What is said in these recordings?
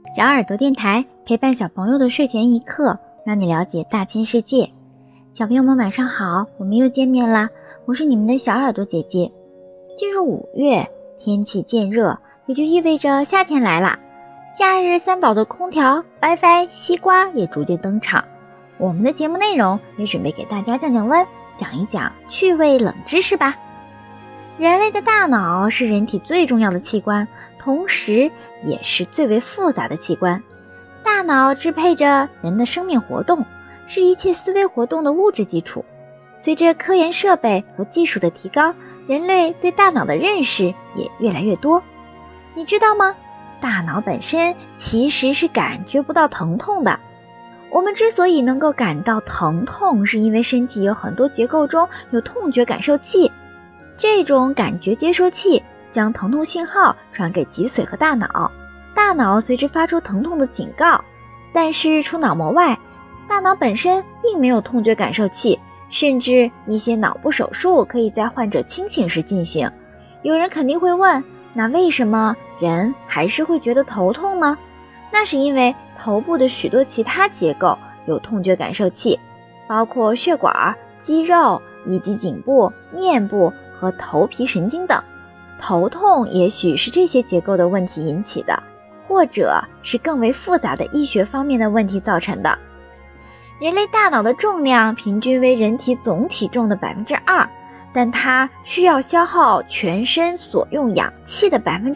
小耳朵电台陪伴小朋友的睡前一刻，让你了解大千世界。小朋友们晚上好，我们又见面啦，我是你们的小耳朵姐姐。进入5月，天气渐热，也就意味着夏天来啦。夏日三宝的空调、WiFi、西瓜也逐渐登场。我们的节目内容也准备给大家降降温，讲一讲趣味冷知识吧。人类的大脑是人体最重要的器官，同时也是最为复杂的器官。大脑支配着人的生命活动，是一切思维活动的物质基础。随着科研设备和技术的提高，人类对大脑的认识也越来越多。你知道吗？大脑本身其实是感觉不到疼痛的。我们之所以能够感到疼痛，是因为身体有很多结构中有痛觉感受器。这种感觉接收器将疼痛信号传给脊髓和大脑，大脑随之发出疼痛的警告。但是除脑膜外，大脑本身并没有痛觉感受器，甚至一些脑部手术可以在患者清醒时进行。有人肯定会问，那为什么人还是会觉得头痛呢？那是因为头部的许多其他结构有痛觉感受器，包括血管、肌肉以及颈部、面部和头皮神经等。头痛也许是这些结构的问题引起的，或者是更为复杂的医学方面的问题造成的。人类大脑的重量平均为人体总体重的 2%， 但它需要消耗全身所用氧气的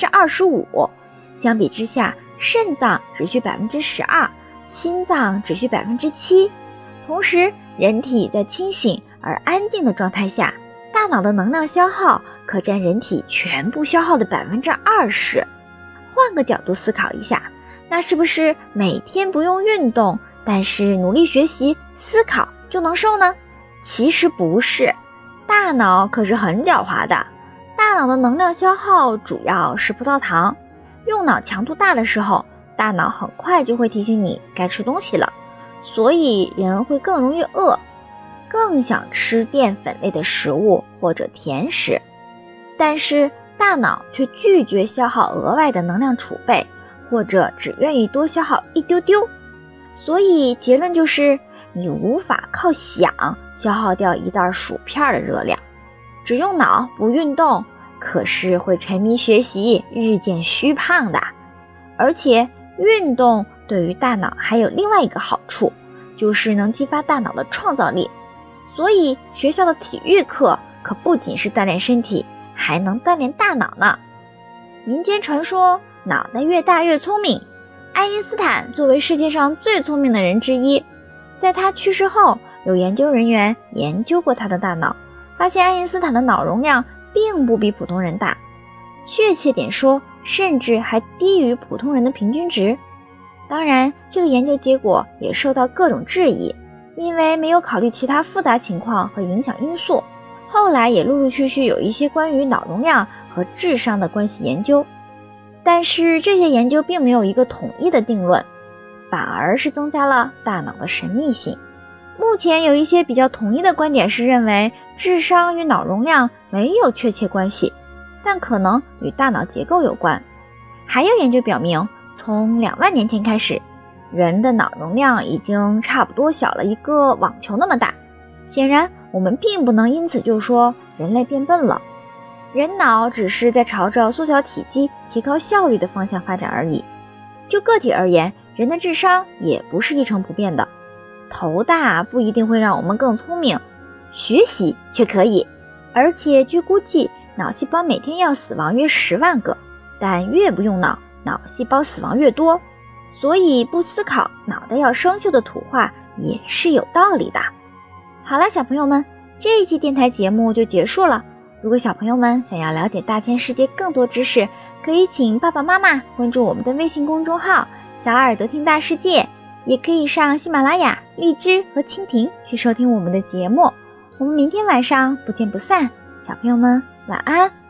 25%。 相比之下，肾脏只需 12%， 心脏只需 7%。 同时，人体在清醒而安静的状态下，大脑的能量消耗可占人体全部消耗的 20%。 换个角度思考一下，那是不是每天不用运动，但是努力学习思考就能瘦呢？其实不是，大脑可是很狡猾的。大脑的能量消耗主要是葡萄糖，用脑强度大的时候，大脑很快就会提醒你该吃东西了，所以人会更容易饿，更想吃淀粉类的食物或者甜食。但是大脑却拒绝消耗额外的能量储备，或者只愿意多消耗一丢丢。所以结论就是，你无法靠想消耗掉一袋薯片的热量。只用脑不运动，可是会沉迷学习，日渐虚胖的。而且运动对于大脑还有另外一个好处，就是能激发大脑的创造力。所以学校的体育课可不仅是锻炼身体，还能锻炼大脑呢。民间传说，脑袋越大越聪明。爱因斯坦作为世界上最聪明的人之一，在他去世后，有研究人员研究过他的大脑，发现爱因斯坦的脑容量并不比普通人大，确切点说，甚至还低于普通人的平均值。当然，这个研究结果也受到各种质疑，因为没有考虑其他复杂情况和影响因素。后来也陆陆续续有一些关于脑容量和智商的关系研究，但是这些研究并没有一个统一的定论，反而是增加了大脑的神秘性。目前有一些比较统一的观点是认为智商与脑容量没有确切关系，但可能与大脑结构有关。还有研究表明，从2万年前开始，人的脑容量已经差不多小了一个网球那么大。显然，我们并不能因此就说人类变笨了。人脑只是在朝着缩小体积、提高效率的方向发展而已。就个体而言，人的智商也不是一成不变的。头大不一定会让我们更聪明，学习却可以。而且据估计，脑细胞每天要死亡约10万个，但越不用脑，脑细胞死亡越多。所以不思考，脑袋要生锈的土话也是有道理的。好了，小朋友们，这一期电台节目就结束了。如果小朋友们想要了解大千世界更多知识，可以请爸爸妈妈关注我们的微信公众号小耳朵听大世界，也可以上喜马拉雅、荔枝和蜻蜓去收听我们的节目。我们明天晚上不见不散，小朋友们晚安。